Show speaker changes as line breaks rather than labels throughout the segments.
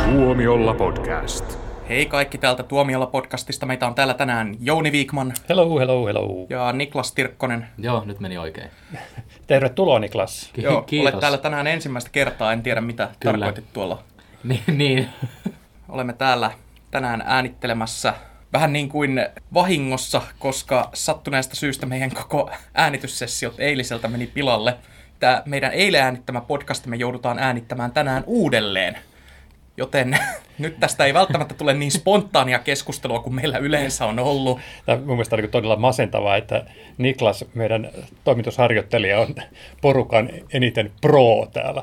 Tuomiolla podcast.
Hei kaikki täältä Tuomiolla podcastista. Meitä on täällä tänään Jouni Viikman.
Hello.
Ja Niklas Tirkkonen.
Joo, nyt meni oikein.
Tervetuloa, Niklas.
Joo,
Kiitos.
olet täällä tänään ensimmäistä kertaa. En tiedä, mitä tarkoitit tuolla.
Niin.
Olemme täällä tänään äänittelemässä vähän niin kuin vahingossa, koska sattuneesta syystä meidän koko äänityssessiot eiliseltä meni pilalle. Tämä meidän eilen äänittämä podcastimme joudutaan äänittämään tänään uudelleen. Joten nyt tästä ei välttämättä tule niin spontaania keskustelua kuin meillä yleensä on ollut.
Tämä mun mielestä on todella masentavaa, että Niklas, meidän toimitusharjoittelija, on porukan eniten pro täällä.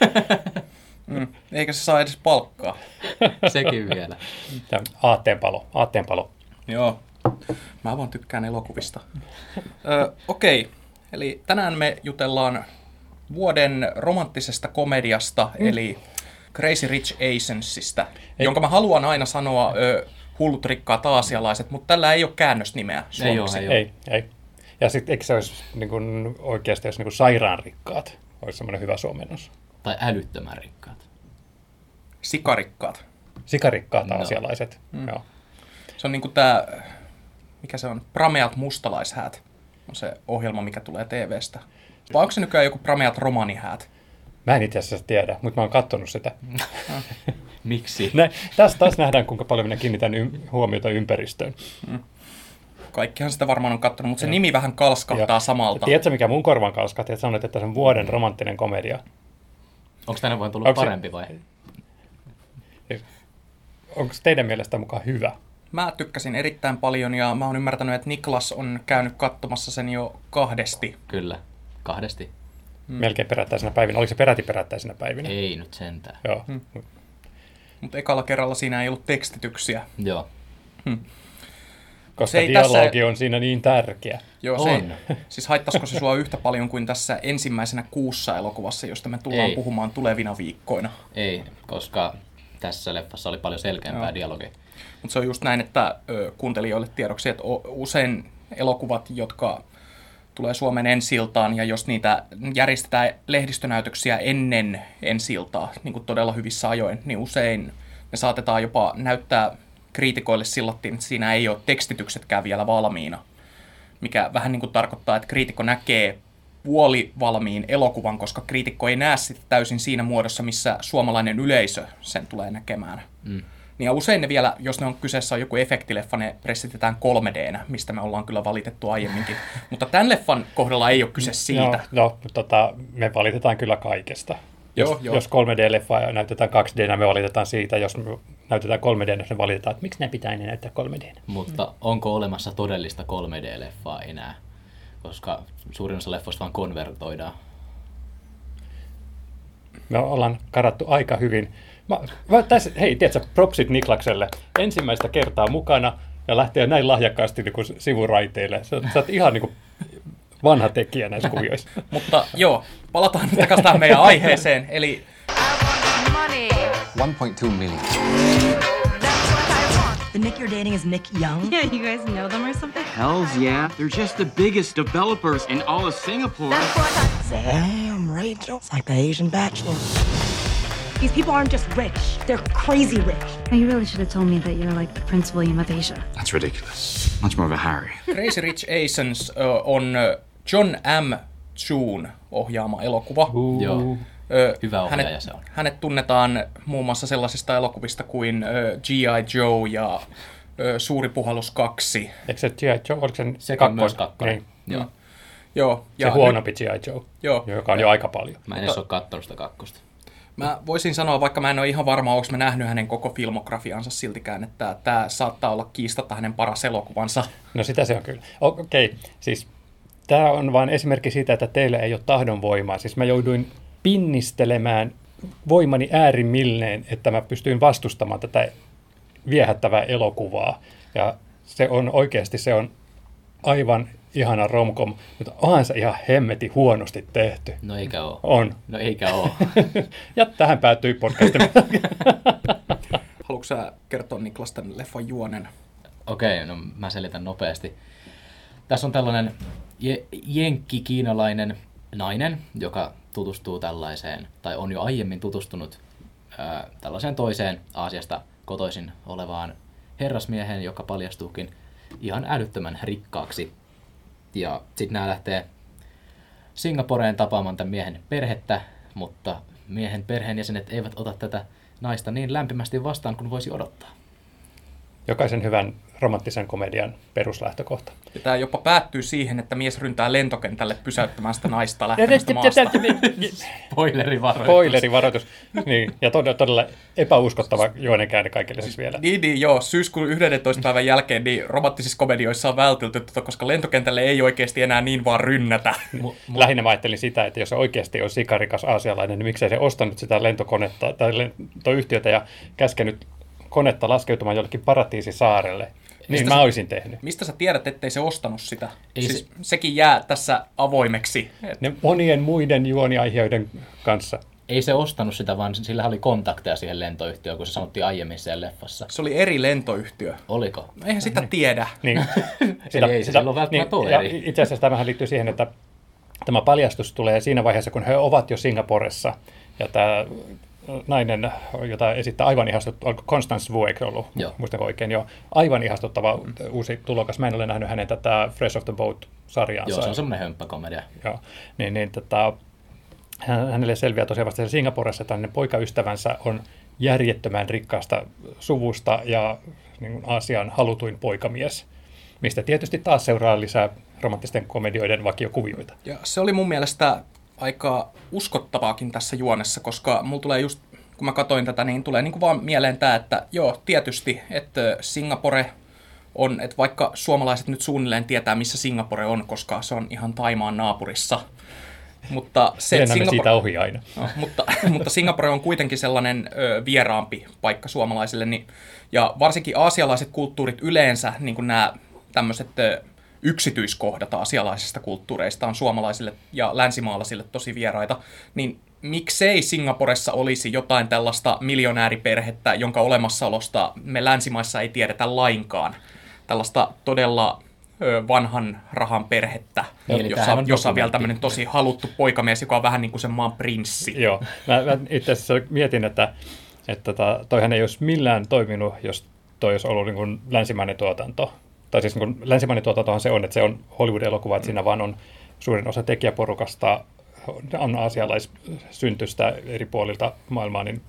Eikä se saa edes palkkaa.
Sekin vielä.
Tämä aatteenpalo.
Joo, mä vaan tykkään elokuvista. Okei, eli tänään me jutellaan vuoden romanttisesta komediasta, eli Crazy Rich Asiansista, jonka mä haluan aina sanoa hullut rikkaat aasialaiset, mutta tällä ei ole käännösnimeä suomeksi.
Ei. Ja sitten eikö se olisi niin kuin, oikeasti jos niin kuin sairaanrikkaat, olisi semmoinen hyvä suomennos.
Tai älyttömän rikkaat.
Sikarikkaat.
Sikarikkaat aasialaiset, joo.
Se on niinku tää, mikä se on, Prameat mustalaishäät, on se ohjelma, mikä tulee TV:stä. Vai onko se nykyään joku Prameat romanihäät?
Mä en itse asiassa tiedä, mutta mä oon katsonut sitä.
Miksi?
Tässä taas nähdään, kuinka paljon minä kiinnitän huomiota ympäristöön.
Kaikkihan sitä varmaan on katsonut, mutta se nimi vähän kalskahtaa samalta.
Tiedätkö, mikä mun korvan kalskahti, että sanoit, että se on vuoden romanttinen komedia?
Onko tänä vuonna tullut parempi vai?
Onko teidän mielestä mukaan hyvä?
Mä tykkäsin erittäin paljon ja mä oon ymmärtänyt, että Niklas on käynyt katsomassa sen jo 2.
Kyllä, 2.
Melkein perättäisenä päivinä. Oliko se peräti perättäisenä päivinä?
Ei nyt sentään.
Joo.
Mutta ekalla kerralla siinä ei ollut tekstityksiä.
Joo.
Koska dialogi on siinä niin tärkeä.
Joo,
on.
Siis haittaisiko se sua yhtä paljon kuin tässä ensimmäisenä kuussa elokuvassa, josta me tullaan puhumaan tulevina viikkoina?
Ei, koska tässä leffassa oli paljon selkeämpää dialogia.
Mutta se on just näin, että kuuntelijoille tiedoksi, että usein elokuvat, jotka tulee Suomen ensi-iltaan, ja jos niitä järjestetään lehdistönäytöksiä ennen ensi-iltaa, niin kuin todella hyvissä ajoin, niin usein me saatetaan jopa näyttää kriitikoille sillattiin, että siinä ei ole tekstityksetkään vielä valmiina, mikä vähän niin kuin tarkoittaa, että kriitikko näkee puolivalmiin elokuvan, koska kriitikko ei näe sitä täysin siinä muodossa, missä suomalainen yleisö sen tulee näkemään. Niin ja usein ne vielä, jos ne on kyseessä on joku efektileffa, ne pressitetään 3D:nä, mistä me ollaan kyllä valitettu aiemminkin. Mutta tämän leffan kohdalla ei ole kyse siitä.
Me valitetaan kyllä kaikesta.
Joo.
Jos 3D-leffaa näytetään 2D:nä, me valitetaan siitä. Jos me näytetään 3D:nä, me valitetaan, että miksi ne pitää ne näyttää 3D:nä.
Mutta onko olemassa todellista 3D-leffaa enää? Koska suurin osa leffoista vaan konvertoidaan.
Me ollaan karattu aika hyvin. Hei, tiedätkö, propsit Niklakselle. Ensimmäistä kertaa mukana ja lähtee näin lahjakkaasti niin kuin sivuraiteille. Sä oot ihan niin kuin vanha tekijä näissä kuvioissa.
Mutta joo, palataan nyt takaisin tähän meidän aiheeseen. Eli
1.2 million.
The Nick you're dating is Nick Young?
Yeah, you guys know them or something?
Hells yeah. They're just the biggest developers in all of Singapore.
Damn, Rachel. It's like the Asian Bachelor. These people aren't just rich, they're crazy rich.
You really should have told me that you're like Prince William of Asia.
That's ridiculous. Much more of a Harry.
Crazy Rich Asians on John M. Chun ohjaama elokuva.
Joo. Hyvä ohjaaja se on.
Hänet tunnetaan muun muassa sellaisista elokuvista kuin G.I. Joe ja Suuri puhallus 2.
Eikö se G.I. Joe, oliko se
myös kakkonen?
Niin.
Joo.
Se huonompi G.I. Joe, joka on jo aika paljon.
Mä en edes ole katsonut sitä 2.
Mä voisin sanoa, vaikka mä en ole ihan varma, onko mä nähnyt hänen koko filmografiansa siltikään, että tämä saattaa olla kiistatta hänen paras elokuvansa.
No sitä se on kyllä. Okei, siis tämä on vain esimerkki siitä, että teillä ei ole tahdonvoimaa. Siis mä jouduin pinnistelemään voimani äärimmilleen, että mä pystyin vastustamaan tätä viehättävää elokuvaa. Ja se on oikeasti, se on aivan ihana romcom, mutta onhan se ihan hemmetin huonosti tehty.
No eikä oo.
On.
No eikä oo.
Ja tähän päättyi podcastimme.
Haluatko sä kertoa Niklas tämän leffan juonen?
Okei, no mä selitän nopeasti. Tässä on tällainen jenkki-kiinalainen nainen, joka tutustuu tällaiseen, tai on jo aiemmin tutustunut tällaiseen toiseen Aasiasta kotoisin olevaan herrasmiehen, joka paljastuukin ihan älyttömän rikkaaksi. Ja sitten nämä lähtee Singaporeen tapaamaan tämän miehen perhettä, mutta miehen perheenjäsenet eivät ota tätä naista niin lämpimästi vastaan kuin voisi odottaa.
Jokaisen hyvän romanttisen komedian peruslähtökohta.
Ja tämä jopa päättyy siihen, että mies ryntää lentokentälle pysäyttämään sitä naista lähtemästä maasta.
Spoilerivaroitus. Niin, ja todella epäuskottava juonenkäänne kaikille siis vielä.
Niin, joo. Syyskuun 11. päivän jälkeen niin romanttisissa komedioissa on vältelty, koska lentokentälle ei oikeasti enää niin vaan rynnätä.
Lähinnä mä ajattelin sitä, että jos se oikeasti on sikarikas aasialainen, niin miksei se ostanut sitä lentokonetta tai lentoyhtiötä ja käskenyt konetta laskeutumaan jollekin paratiisisaarelle. Niin mä olisin tehnyt.
Mistä sä tiedät, ettei se ostanut sitä? Sekin jää tässä avoimeksi.
Ne monien muiden juoniaiheiden kanssa.
Ei se ostanut sitä, vaan sillä oli kontakteja siihen lentoyhtiöön, kun se sanottiin aiemmin siellä leffassa.
Se oli eri lentoyhtiö.
Oliko?
Eihän sitä tiedä.
Niin.
Eli ei se silloin välttämättä ole eri.
Itse asiassa tämähän liittyy siihen, että tämä paljastus tulee siinä vaiheessa, kun he ovat jo Singaporessa. Ja tämä nainen, jota esittää aivan ihastuttava, Constance Wu, eikö ollut, muistanko oikein, jo aivan ihastuttava uusi tulokas. Mä en ole nähnyt hänen tätä Fresh Off the Boat-sarjaansa.
Joo, se on semmoinen hömppäkomedia.
Joo, hänelle selviää tosiaan vasta Singaporessa, että hänen poikaystävänsä on järjettömän rikkaasta suvusta ja niin Aasian halutuin poikamies, mistä tietysti taas seuraa lisää romanttisten komedioiden vakiokuvioita.
Ja se oli mun mielestä aika uskottavaakin tässä juonessa, koska mulla tulee just, kun mä katsoin tätä, niin tulee niin kuin vaan mieleen tämä, että joo, tietysti, että Singapore on, että vaikka suomalaiset nyt suunnilleen tietää, missä Singapore on, koska se on ihan Thaimaan naapurissa, mutta
siitä ohi aina.
No, mutta Singapore on kuitenkin sellainen vieraampi paikka suomalaisille, niin, ja varsinkin aasialaiset kulttuurit yleensä, niin kuin nämä tämmöiset yksityiskohdat aasialaisista kulttuureista on suomalaisille ja länsimaalaisille tosi vieraita, niin miksei Singaporessa olisi jotain tällaista miljonääriperhettä, jonka olemassaolosta me länsimaissa ei tiedetä lainkaan. Tällaista todella vanhan rahan perhettä, jossa on vielä tämmöinen tosi haluttu poikamies, joka on vähän niin kuin sen maan prinssi.
Joo, mä itse asiassa mietin, että toihan ei olisi millään toiminut, jos toi olisi ollut niin kuin länsimainen tuotanto. Tai siis niin länsimainen tuotantohan se on, että se on Hollywood-elokuva, että siinä vaan on suurin osa tekijäporukasta on aasialaissyntystä eri puolilta maailmaa, niin,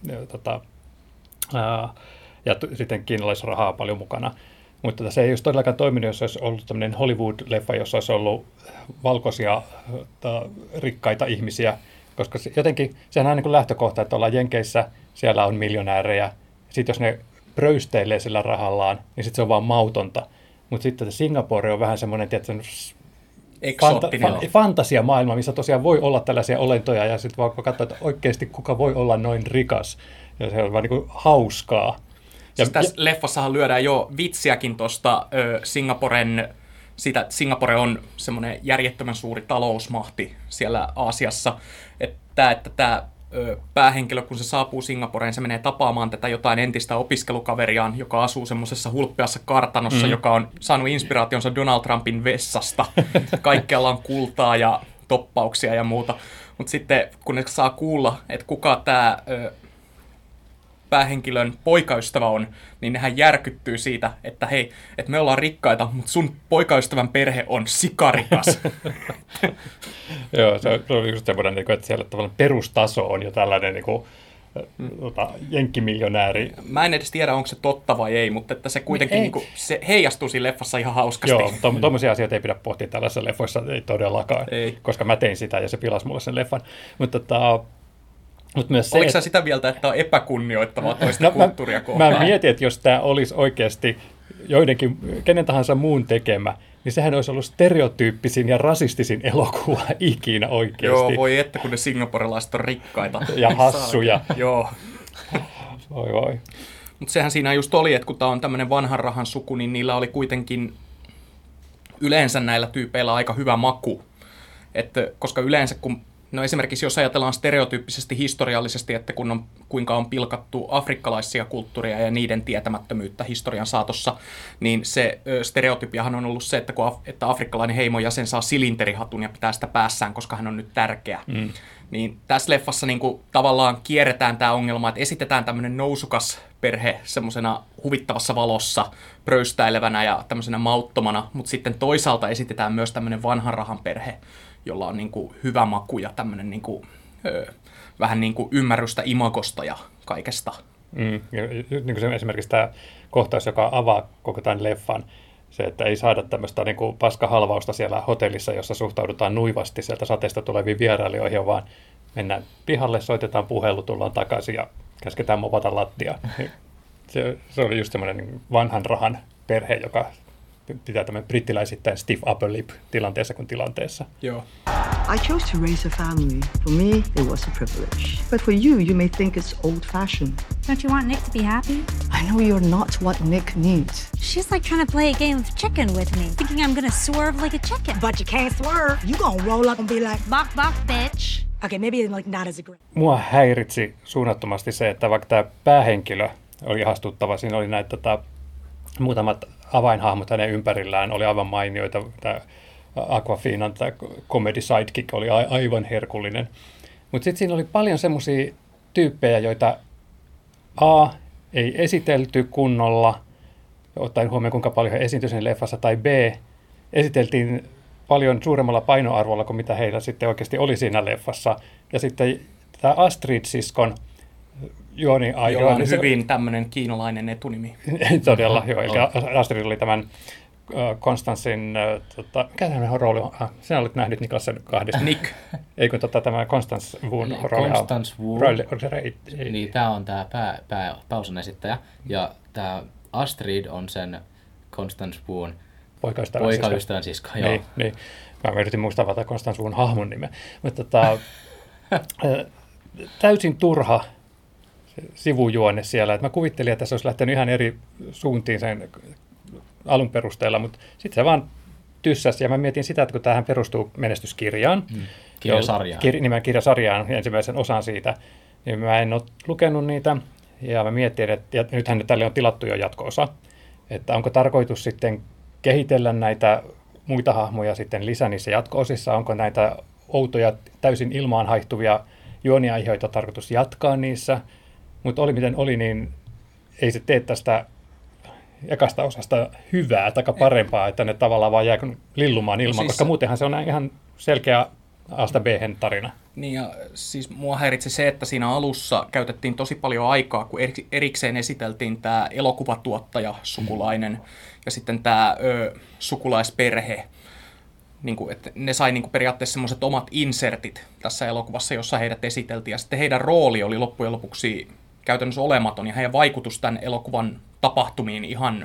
ja sitten kiinalaisrahaa paljon mukana. Mutta se ei olisi todellakaan toiminut, jos olisi ollut tämmöinen Hollywood-leffa, jossa olisi ollut valkoisia rikkaita ihmisiä, koska jotenkin sehän on niin kuin lähtökohta, että ollaan Jenkeissä, siellä on miljonäärejä, sitten jos ne pröysteilee sillä rahallaan, niin sitten se on vaan mautonta. Mutta sitten Singapore on vähän semmoinen, tietysti, fantasiamaailma, missä tosiaan voi olla tällaisia olentoja, ja sitten vaan katsoa, että oikeasti kuka voi olla noin rikas. Ja se on vaan niin kuin hauskaa.
Siis tässä leffassahan lyödään jo vitsiäkin tuosta Singaporen, siitä, että Singapore on semmoinen järjettömän suuri talousmahti siellä Aasiassa, että tämä päähenkilö, kun se saapuu Singaporeen, se menee tapaamaan tätä jotain entistä opiskelukaveriaan, joka asuu semmoisessa hulppeassa kartanossa, joka on saanut inspiraationsa Donald Trumpin vessasta. Kaikkialla on kultaa ja toppauksia ja muuta. Mutta sitten kun ne saa kuulla, että kuka tämä päähenkilön poikaystävä on, niin nehän järkyttyy siitä, että hei, että me ollaan rikkaita, mutta sun poikaystävän perhe on sikarikas.
Joo, se on just semmoinen, että siellä tavallaan perustaso on jo tällainen jenkkimiljonääri.
Mä en edes tiedä, onko se totta vai ei, mutta että se kuitenkin niin kuin, se heijastuu siinä leffassa ihan hauskasti.
Joo, tuommoisia asioita ei pidä pohtia tällaisissa leffoissa, ei todellakaan, koska mä tein sitä ja se pilasi mulle sen leffan. Mutta myös
oliko sä sitä mieltä, että on epäkunnioittavaa toista kulttuuria kohtaan?
Mä mietin, että jos tämä olisi oikeasti kenen tahansa muun tekemä, niin sehän olisi ollut stereotyyppisin ja rasistisin elokuva ikinä oikeasti.
Joo, voi että kun ne singaporelaiset on rikkaita.
Ja hassuja.
Joo.
Voi.
Mutta sehän siinä just oli, että kun tämä on tämmöinen vanhan rahan suku, niin niillä oli kuitenkin yleensä näillä tyypeillä aika hyvä maku. Että, koska yleensä kun No esimerkiksi jos ajatellaan stereotyyppisesti historiallisesti, että kuinka on pilkattu afrikkalaisia kulttuuria ja niiden tietämättömyyttä historian saatossa, niin se stereotypiahan on ollut se, että afrikkalainen heimon jäsen saa silinterihatun ja pitää sitä päässään, koska hän on nyt tärkeä. Niin tässä leffassa niin kuin tavallaan kierretään tämä ongelma, että esitetään tämmöinen nousukas perhe semmoisena huvittavassa valossa, pröystäilevänä ja tämmöisenä mauttomana, mutta sitten toisaalta esitetään myös tämmöinen vanhan rahan perhe, jolla on niin kuin hyvä maku ja tämmöinen niin kuin, vähän niin kuin ymmärrystä imagosta ja kaikesta.
Ja niin kuin esimerkiksi tämä kohtaus, joka avaa koko tämän leffan, se, että ei saada tämmöistä niin kuin paskahalvausta siellä hotellissa, jossa suhtaudutaan nuivasti sieltä sateesta tuleviin vierailijoihin, vaan mennään pihalle, soitetaan puhelu, tullaan takaisin ja käsketään mopata lattia. Se oli just semmoinen niin vanhan rahan perhe, joka pitää tämmöinen brittiläisittäin stiff upper lip tilanteessa kuin tilanteessa.
Joo.
I chose to raise a family. For me, it was a privilege. But for you, you may think it's old-fashioned.
Don't you want Nick to be happy?
I know you're not what Nick needs.
She's like trying to play a game of chicken with me, thinking I'm gonna swerve like a chicken.
But you can't swerve. You gonna roll up and be like,
Bok bok, bitch.
okay, maybe like not as aggressive.
Mua häiritsi suunnattomasti se, että vaikka tämä päähenkilö oli ihastuttava, siinä oli näitä muutamat avainhahmot hänen ympärillään, oli aivan mainioita. Tämä Aquafinan tämä comedy sidekick oli aivan herkullinen. Mutta sitten siinä oli paljon semmoisia tyyppejä, joita A, ei esitelty kunnolla, ottaen huomioon kuinka paljon he esiintyi siinä leffassa, tai B, esiteltiin paljon suuremmalla painoarvolla kuin mitä heillä sitten oikeasti oli siinä leffassa. Ja sitten tämä Astrid-siskon Jooni Aiho.
Jolla on hyvin tämmöinen kiinalainen etunimi.
Todella, joo. Eli Astrid oli tämän Konstanssin, mikä tämä rooli on? Sinä olet nähnyt Niklasen kahdesta.
Nick.
Eikö tämä Constance Woon rooli?
Constance Woon. Niin, tämä on tämä pääosan esittäjä. Ja tämä Astrid on sen Constance Woon poikaystävän sisko.
Niin. Mä yritin muistaa vaan Constance Woon hahmon nimeä. Mutta täysin turha sivujuone siellä. Et mä kuvittelin, että se olisi lähtenyt ihan eri suuntiin sen alun perusteella, mutta sitten se vaan tyssäsi. Ja mä mietin sitä, että kun tämähän perustuu menestyskirjaan, kirjasarjaan, ensimmäisen osan siitä, niin mä en ole lukenut niitä. Ja mä mietin, että ja nythän tälle on tilattu jo jatko-osa, että onko tarkoitus sitten kehitellä näitä muita hahmoja sitten lisää niissä jatko-osissa, onko näitä outoja, täysin ilmaan haihtuvia juoniaiheita tarkoitus jatkaa niissä, mutta oli miten oli, niin ei se tee tästä ekasta osasta hyvää tai parempaa, että ne tavallaan vaan jää lillumaan ilman, koska muutenhan se on ihan selkeä A-sta B-hen tarina.
Niin ja siis mua häiritsi se, että siinä alussa käytettiin tosi paljon aikaa, kun erikseen esiteltiin tämä elokuvatuottaja sukulainen ja sitten tämä sukulaisperhe. Niin kuin, että ne sai niin kuin periaatteessa semmoiset omat insertit tässä elokuvassa, jossa heidät esiteltiin. Ja sitten heidän rooli oli loppujen lopuksi käytännössä olematon ja heidän vaikutus tämän elokuvan tapahtumiin ihan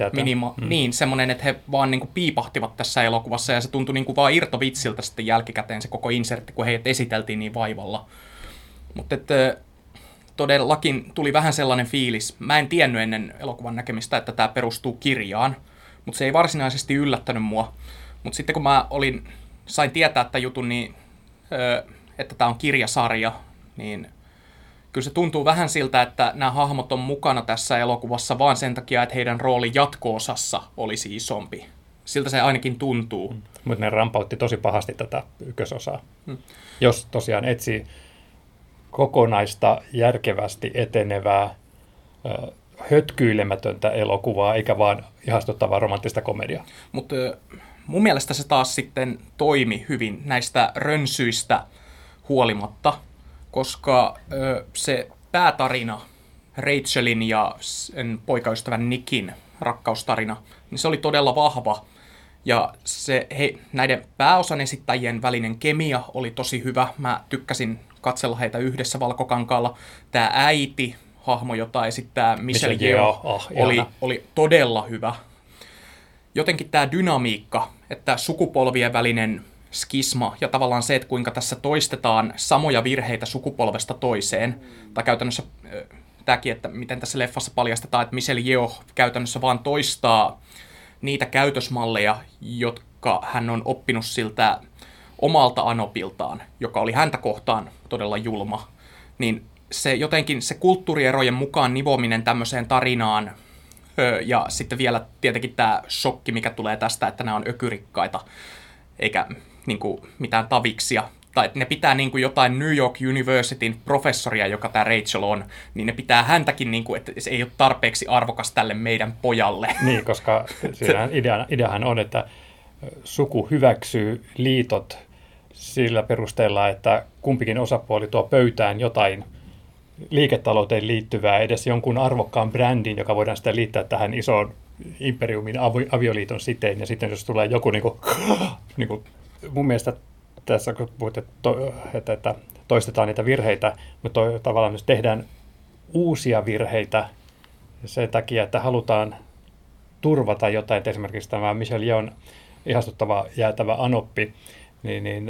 niin semmoinen, että he vaan niin kuin piipahtivat tässä elokuvassa ja se tuntui niin kuin vaan irtovitsiltä sitten jälkikäteen se koko insertti, kun heidät esiteltiin niin vaivalla. Mutta todellakin tuli vähän sellainen fiilis. Mä en tiennyt ennen elokuvan näkemistä, että tämä perustuu kirjaan, mutta se ei varsinaisesti yllättänyt mua. Mutta sitten kun mä sain tietää tämän jutun, niin, että tämä on kirjasarja, niin kyllä se tuntuu vähän siltä, että nämä hahmot on mukana tässä elokuvassa vaan sen takia, että heidän rooli jatko-osassa olisi isompi. Siltä se ainakin tuntuu.
Mutta ne rampautti tosi pahasti tätä ykkösosaa. Jos tosiaan etsii kokonaista, järkevästi etenevää, hötkyilemätöntä elokuvaa, eikä vaan ihastuttavaa romanttista komediaa.
Mutta mun mielestä se taas sitten toimi hyvin näistä rönsyistä huolimatta, koska se päätarina, Rachelin ja sen poikaystävän Nickin rakkaustarina, niin se oli todella vahva. Ja näiden pääosan esittäjien välinen kemia oli tosi hyvä. Mä tykkäsin katsella heitä yhdessä valkokankaalla. Tämä äiti, hahmo, jota esittää Michelle Yeoh, oli todella hyvä. Jotenkin tämä dynamiikka, että sukupolvien välinen skisma ja tavallaan se, että kuinka tässä toistetaan samoja virheitä sukupolvesta toiseen, tai käytännössä tämäkin, että miten tässä leffassa paljastetaan, että Michelle Yeoh käytännössä vaan toistaa niitä käytösmalleja, jotka hän on oppinut siltä omalta Anopiltaan, joka oli häntä kohtaan todella julma, niin se jotenkin se kulttuurierojen mukaan nivominen tämmöiseen tarinaan, ja sitten vielä tietenkin tämä shokki, mikä tulee tästä, että nämä on ökyrikkaita, eikä niin kuin mitään taviksia, tai että ne pitää niin kuin jotain New York Universityn professoria, joka tämä Rachel on, niin ne pitää häntäkin, niin kuin, että se ei ole tarpeeksi arvokas tälle meidän pojalle.
Niin, koska siinä ideahan on, että suku hyväksyy liitot sillä perusteella, että kumpikin osapuoli tuo pöytään jotain liiketalouteen liittyvää, edes jonkun arvokkaan brändin, joka voidaan sitten liittää tähän isoon imperiumin avioliiton siteen, ja sitten jos tulee joku niin kuin mun mielestä tässä kun puhut, että toistetaan niitä virheitä, mutta tavallaan myös tehdään uusia virheitä sen takia, että halutaan turvata jotain, esimerkiksi tämä Michelle Yeohn ihastuttava jäätävä Anoppi, niin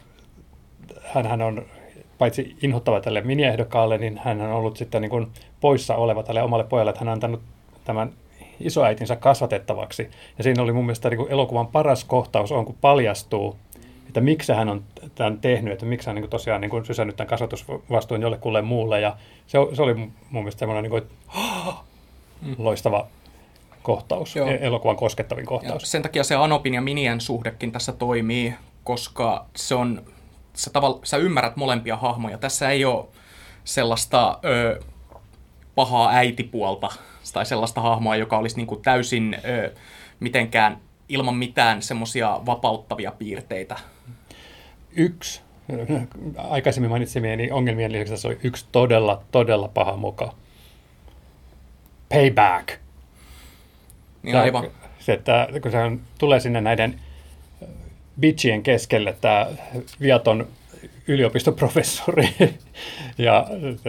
hänhän on paitsi inhottava tälle miniehdokkaalle, niin hän on ollut sitten niin kuin poissa oleva tälle omalle pojalle, että hän on antanut tämän isoäitinsä kasvatettavaksi. Ja siinä oli mun mielestä niin kuin elokuvan paras kohtaus on, kun paljastuu, että miksi hän on tämän tehnyt, että miksi hän niin kuin tosiaan niin kuin sysännyt tämän kasvatusvastuun jollekulle muulle. Ja se oli mun mielestä semmoinen niin kuin, loistava kohtaus, elokuvan koskettavin kohtaus.
Ja sen takia se Anopin ja Minien suhdekin tässä toimii, koska sä ymmärrät molempia hahmoja. Tässä ei ole sellaista pahaa äitipuolta tai sellaista hahmoa, joka olisi niin kuin täysin mitenkään ilman mitään semmoisia vapauttavia piirteitä.
Yksi, aikaisemmin mainitsemieni ongelmien lisäksi tässä oli yksi todella, todella paha moka. Payback.
Niin aivan.
Se, että kun se tulee sinne näiden bitchien keskelle, tämä viaton yliopistoprofessori, ja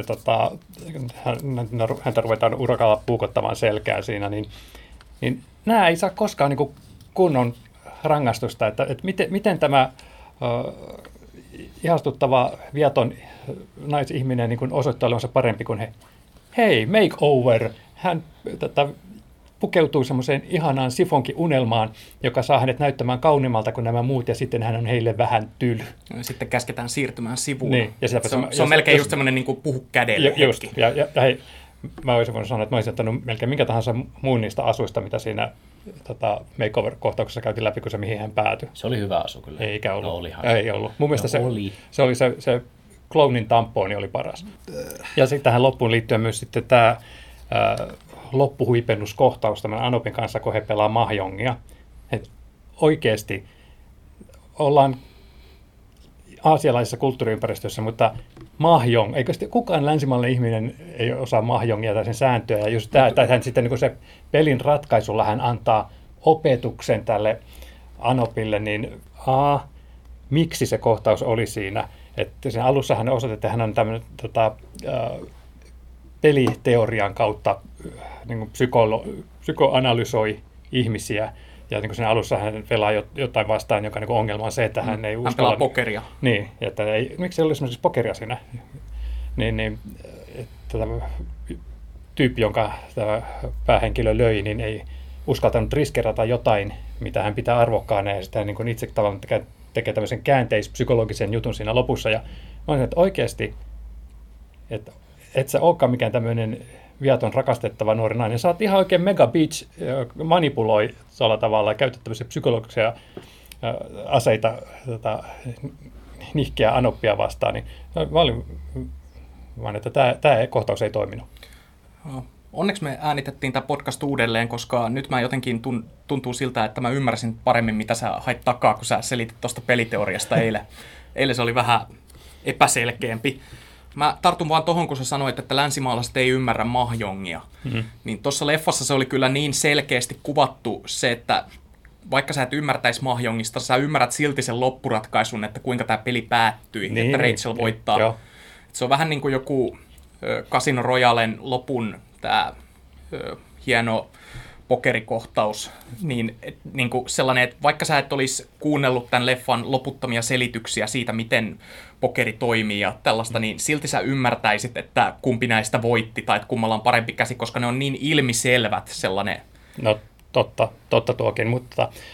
häntä ruvetaan urakalla puukottamaan selkää siinä, niin nämä ei saa koskaan niin kuin kunnon rangaistusta, että miten tämä ihastuttava viaton naisihminen niin kuin osoittaa olevansa parempi kuin he. Hei, makeover! Hän pukeutuu semmoiseen ihanaan sifonki-unelmaan, joka saa hänet näyttämään kauniimmalta kuin nämä muut, ja sitten hän on heille vähän tyly.
Sitten käsketään siirtymään sivuun.
Niin, ja
se on melkein just semmoinen niin kuin puhu kädelle
just, hetki. Ja hei, mä olisin voinut sanoa, että mä olisin ottanut melkein minkä tahansa muun niistä asuista, mitä siinä makeover-kohtauksessa käytiin läpi, kun se mihin hän päätyi.
Se oli hyvä asu kyllä.
Eikä ollut.
No, olihan.
Ei ollut. Mun mielestä
oli.
Se oli se clownin tamponi oli paras. Ja sitten tähän loppuun liittyen myös sitten tämä loppuhuipennuskohtaus tämän Anopin kanssa, kun he pelaa mahjongia. Et oikeasti ollaan aasialaisessa kulttuuriympäristössä, mutta mahjong, eikö sitten kukaan länsimaalainen ihminen ei osaa mahjongia tai sen sääntöjä, ja just tämä, että hän sitten niin se pelin ratkaisulla hän antaa opetuksen tälle Anopille, niin miksi se kohtaus oli siinä? Että sen alussa hän osoitti, että hän on tämmöinen peliteorian kautta niin psykoanalysoi ihmisiä, ja niin sen alussa hän pelaa jotain vastaan, joka niin ongelma on se, että hän ei uskalla.
Hän pelaa pokeria.
Niin, että miksi ei ole esimerkiksi pokeria siinä? Niin tämä tyyppi, jonka tämä päähenkilö löi, niin ei uskaltanut riskeerata jotain, mitä hän pitää arvokkaana, ja sitten hän niin itse tavallaan tekee tämmöisen käänteispsykologisen jutun siinä lopussa. Ja mä olisin, että oikeasti, että et sä olekaan mikään tämmöinen viaton rakastettava nuori nainen. Sä oot ihan oikein mega bitch, manipuloi tuolla tavalla, käytät tämmöisiä psykologisia aseita nihkeä Anoppia vastaan. Niin vaan että tämä kohtaus ei toiminut.
Onneksi me äänitettiin tämä podcast uudelleen, koska nyt mä jotenkin tuntuu siltä, että mä ymmärsin paremmin, mitä sä hait takaa, kun sä selitit tuosta peliteoriasta eilen. Eilen se oli vähän epäselkeämpi. Mä tartun vaan tohon, kun sä sanoit, että länsimaalaiset ei ymmärrä mahjongia. Mm-hmm. Niin tuossa leffassa se oli kyllä niin selkeästi kuvattu se, että vaikka sä et ymmärtäisi mahjongista, sä ymmärrät silti sen loppuratkaisun, että kuinka tämä peli päättyi, niin, että Rachel voittaa. Se on vähän niin kuin joku Casino Royalen lopun tämä hieno pokerikohtaus, niin kuin sellainen, että vaikka sä et olisi kuunnellut tämän leffan loputtomia selityksiä siitä, miten pokeri toimii ja tällaista, niin silti sä ymmärtäisit, että kumpi näistä voitti tai että kummalla on parempi käsi, koska ne on niin ilmiselvät sellainen.
No totta tuokin, mutta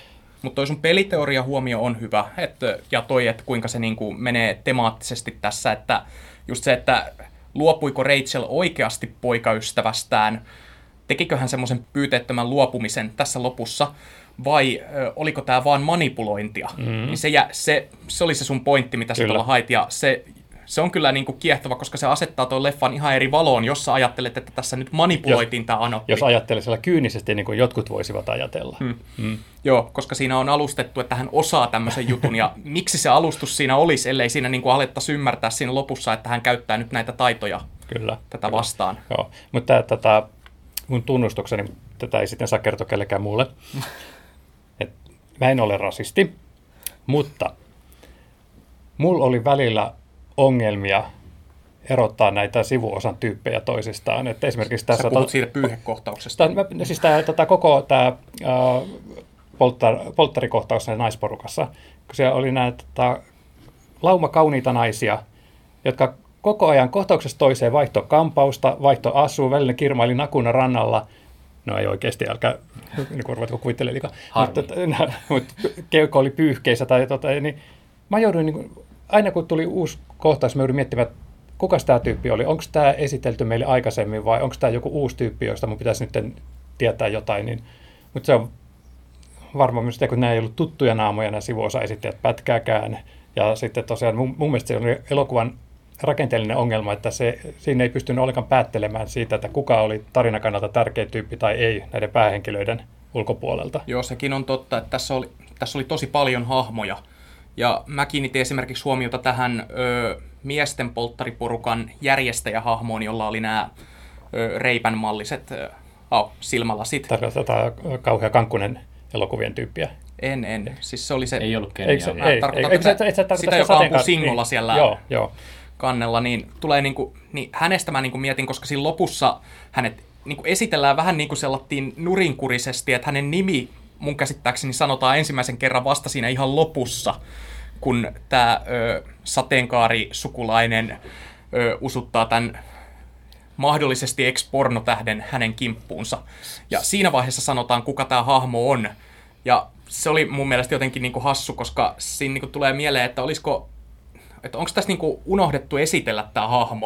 Mutta toi sun peliteoria huomio on hyvä, ja toi, että kuinka se niinku menee temaattisesti tässä, että just se, että luopuiko Rachel oikeasti poikaystävästään, tekikö hän semmoisen pyyteettömän luopumisen tässä lopussa, vai oliko tämä vaan manipulointia? Niin se oli se sun pointti, mitä sä tuolla hait, ja se on kyllä niinku kiehtova, koska se asettaa tuon leffan ihan eri valoon, jos sä ajattelet, että tässä nyt manipuloitiin tämä Anoppi.
Jos ajattelee siellä kyynisesti, niin kuin jotkut voisivat ajatella.
Joo, koska siinä on alustettu, että hän osaa tämmöisen jutun, ja miksi se alustus siinä olisi, ellei siinä niinku alettaisi ymmärtää siinä lopussa, että hän käyttää nyt näitä taitoja tätä vastaan.
Joo, mutta mun tunnustukseni, tätä ei sitten saa kertoa kellekään muulle. Mä en ole rasisti, mutta mulla oli välillä ongelmia erottaa näitä sivuosan tyyppejä toisistaan. Että esimerkiksi tässä
sä puhut siitä pyyhekohtauksesta.
Siis koko tämä polttarikohtaus naisporukassa, kun siellä oli näitä lauma kauniita naisia, jotka koko ajan kohtauksesta toiseen vaihtoi kampausta, vaihtoi asua, välillä kirmaili nakuna rannalla. No ei oikeasti, älkää ruvetko kuvittelemaan liikaa. Mutta keuhko oli pyyhkeissä niin mä jouduin, niin aina kun tuli uusi kohtaus, mä joudun miettimään, että kuka tämä tyyppi oli, onko tämä esitelty meille aikaisemmin vai onko tämä joku uusi tyyppi, josta mun pitäisi nyt tietää jotain. Mutta se on varmaan myös, kun nämä ei ollut tuttuja naamoja, nämä sivuosaesittäjät pätkääkään. Ja sitten tosiaan mun mielestä se oli elokuvan rakenteellinen ongelma, että siinä ei pystynyt ollenkaan päättelemään siitä, että kuka oli tarinan kannalta tärkeä tyyppi tai ei näiden päähenkilöiden ulkopuolelta.
Joo, sekin on totta, että tässä oli tosi paljon hahmoja. Ja mä kiinnitin esimerkiksi huomiota tähän miesten polttariporukan järjestäjähahmoon, jolla oli nämä reipänmalliset silmälasit.
Tätä kauhea Kankkunen elokuvien tyyppiä.
En. Siis se oli se...
Ei ollut Kenia.
Sitä, joka ampui singolla siellä
joo.
kannella, niin tulee niin hänestä mä mietin, koska siinä lopussa hänet esitellään vähän niin kuin sellattiin nurinkurisesti, että hänen nimi mun käsittääkseni sanotaan ensimmäisen kerran vasta siinä ihan lopussa, kun tämä sateenkaarisukulainen usuttaa tämän mahdollisesti ex-pornotähden hänen kimppuunsa. Ja siinä vaiheessa sanotaan, kuka tämä hahmo on. Ja se oli mun mielestä jotenkin hassu, koska siinä tulee mieleen, että onko tässä unohdettu esitellä tämä hahmo?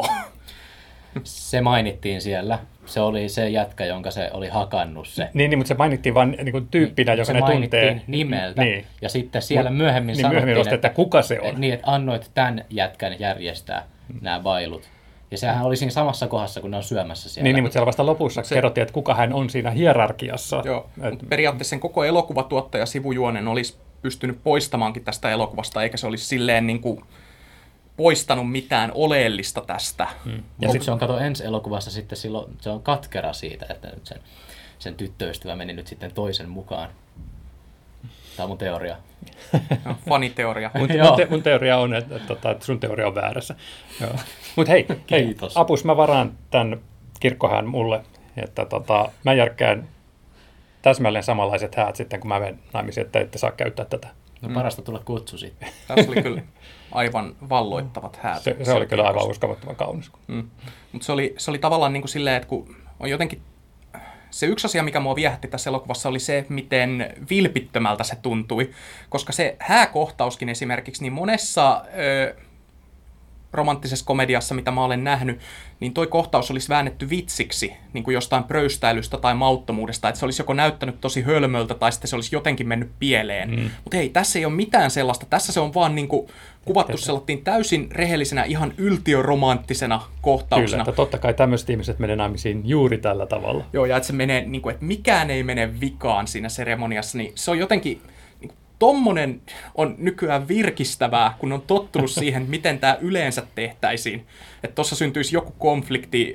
Se mainittiin siellä. Se oli se jätkä, jonka se oli hakannut se.
Niin, mutta se mainittiin vain tyyppinä, joka ne tuntee.
Se mainittiin nimeltä. Niin. Ja sitten siellä myöhemmin sanottiin,
että kuka se on.
Niin, että annoit tämän jätkän järjestää nämä bailut. Ja sehän oli siinä samassa kohdassa, kun ne on syömässä siellä.
Niin, mutta siellä vasta lopussa kerrottiin, että kuka hän on siinä hierarkiassa.
Joo, mutta periaatteessa sen koko elokuvatuottaja sivujuonen olisi pystynyt poistamaankin tästä elokuvasta, eikä se olisi silleen poistanut mitään oleellista tästä.
Ja sitten se on, ensi elokuvassa sitten silloin, se on katkera siitä, että nyt sen tyttöystävä meni nyt sitten toisen mukaan. Tämä on mun teoria.
No, faniteoria.
Mun teoria on, että sun teoria on väärässä. Mutta hei, Apus, mä varaan tämän kirkkohään mulle, että mä järkkään täsmälleen samanlaiset häät sitten, kun mä menen naimisiin, että ette saa käyttää tätä.
No parasta tulla kutsu sitten.
Tässä oli kyllä aivan valloittavat häät.
Se oli kyllä aivan uskomattoman kaunis.
Mutta se oli tavallaan silleen, että kun on jotenkin... Se yksi asia, mikä mua viehätti tässä elokuvassa, oli se, miten vilpittömältä se tuntui. Koska se hääkohtauskin esimerkiksi, niin monessa romanttisessa komediassa, mitä mä olen nähnyt, niin toi kohtaus olisi väännetty vitsiksi, niin kuin jostain pröystäilystä tai mauttomuudesta, että se olisi joko näyttänyt tosi hölmöltä tai sitten se olisi jotenkin mennyt pieleen. Mutta hei, tässä ei ole mitään sellaista. Tässä se on vaan kuvattu sellattiin täysin rehellisenä, ihan yltiöromanttisena kohtauksena.
Kyllä, että totta kai tämmöiset ihmiset menee naimisiin juuri tällä tavalla.
Joo, ja että se menee, että mikään ei mene vikaan siinä seremoniassa, niin se on jotenkin... Tommonen on nykyään virkistävää, kun on tottunut siihen, miten tämä yleensä tehtäisiin. Että tuossa syntyisi joku konflikti.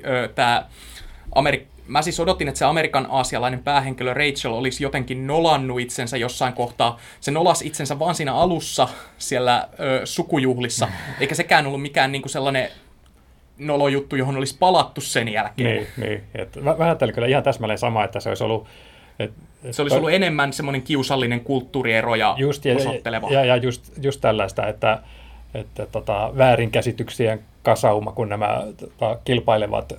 Mä siis odotin, että se amerikan-aasialainen päähenkilö Rachel olisi jotenkin nolannut itsensä jossain kohtaa. Se nolasi itsensä vaan siinä alussa siellä sukujuhlissa, eikä sekään ollut mikään sellainen nolojuttu, johon olisi palattu sen jälkeen.
Niin. Mä ajattelin kyllä ihan täsmälleen sama, että se olisi ollut...
Se olisi ollut enemmän semmoinen kiusallinen kulttuuriero ja osoitteleva.
Ja just tällaista, että väärinkäsityksien kasauma, kun nämä kilpailevat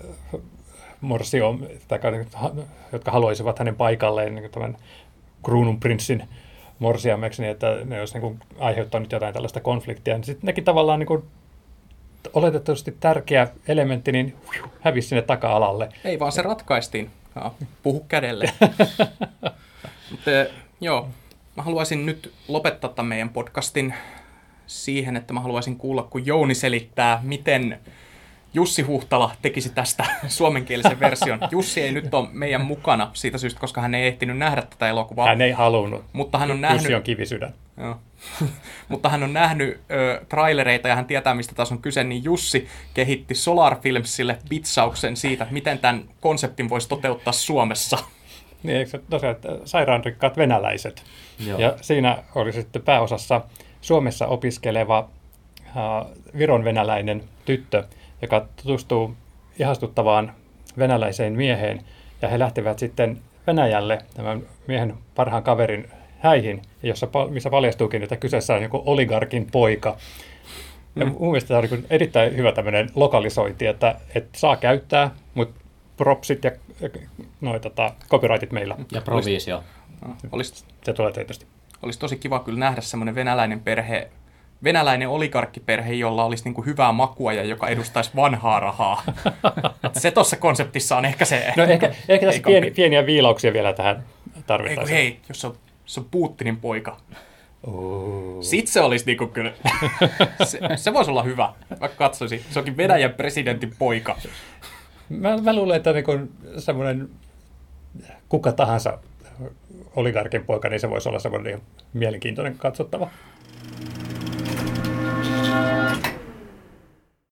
morsio, jotka haluaisivat hänen paikalleen niin tämän kruununprinssin morsiameksi, niin että ne olisi niin kuin aiheuttanut jotain tällaista konfliktia. Niin sitten nekin tavallaan niin kuin oletettavasti tärkeä elementti, niin hävisi sinne taka-alalle.
Ei vaan se ratkaistiin. Puhu kädelle. Mutta joo, mä haluaisin nyt lopettaa tämän meidän podcastin siihen, että mä haluaisin kuulla, kun Jouni selittää, miten Jussi Huhtala tekisi tästä suomenkielisen version. Jussi ei nyt ole meidän mukana siitä syystä, koska hän ei ehtinyt nähdä tätä elokuvaa.
Hän ei halunnut.
Mutta hän on nähnyt...
Jussi on kivisydän.
Joo. Mutta hän on nähnyt trailereita ja hän tietää, mistä taas on kyse, niin Jussi kehitti Solar Filmsille vitsauksen siitä, miten tämän konseptin voisi toteuttaa Suomessa.
Niin, eikö se tosiaan, että sairaanrikkaat venäläiset.
Joo.
Ja siinä oli sitten pääosassa Suomessa opiskeleva Viron venäläinen tyttö, joka tutustuu ihastuttavaan venäläiseen mieheen, ja he lähtevät sitten Venäjälle tämän miehen parhaan kaverin häihin, missä paljastuukin, että kyseessä on joku oligarkin poika. Ja mun mielestä tämä on erittäin hyvä tämmöinen lokalisointi, että saa käyttää, mutta propsit ja copyrightit meillä.
Ja proviisio.
Se tulee tietysti.
Olisi tosi kiva kyllä nähdä semmoinen venäläinen oligarkkiperhe, jolla olisi niin kuin hyvää makua ja joka edustaisi vanhaa rahaa. Se tuossa konseptissa on ehkä se...
No ehkä tässä pieniä viilauksia vielä tähän tarvittaisiin.
Hei, jos se on Putinin poika. Sitten se olisi niinku kyllä... se voisi olla hyvä, vaikka katsoisin. Se onkin Venäjän presidentin poika.
Mä luulen, että niin semmoinen kuka tahansa oligarkin poika, niin se voisi olla semmoinen mielenkiintoinen katsottava.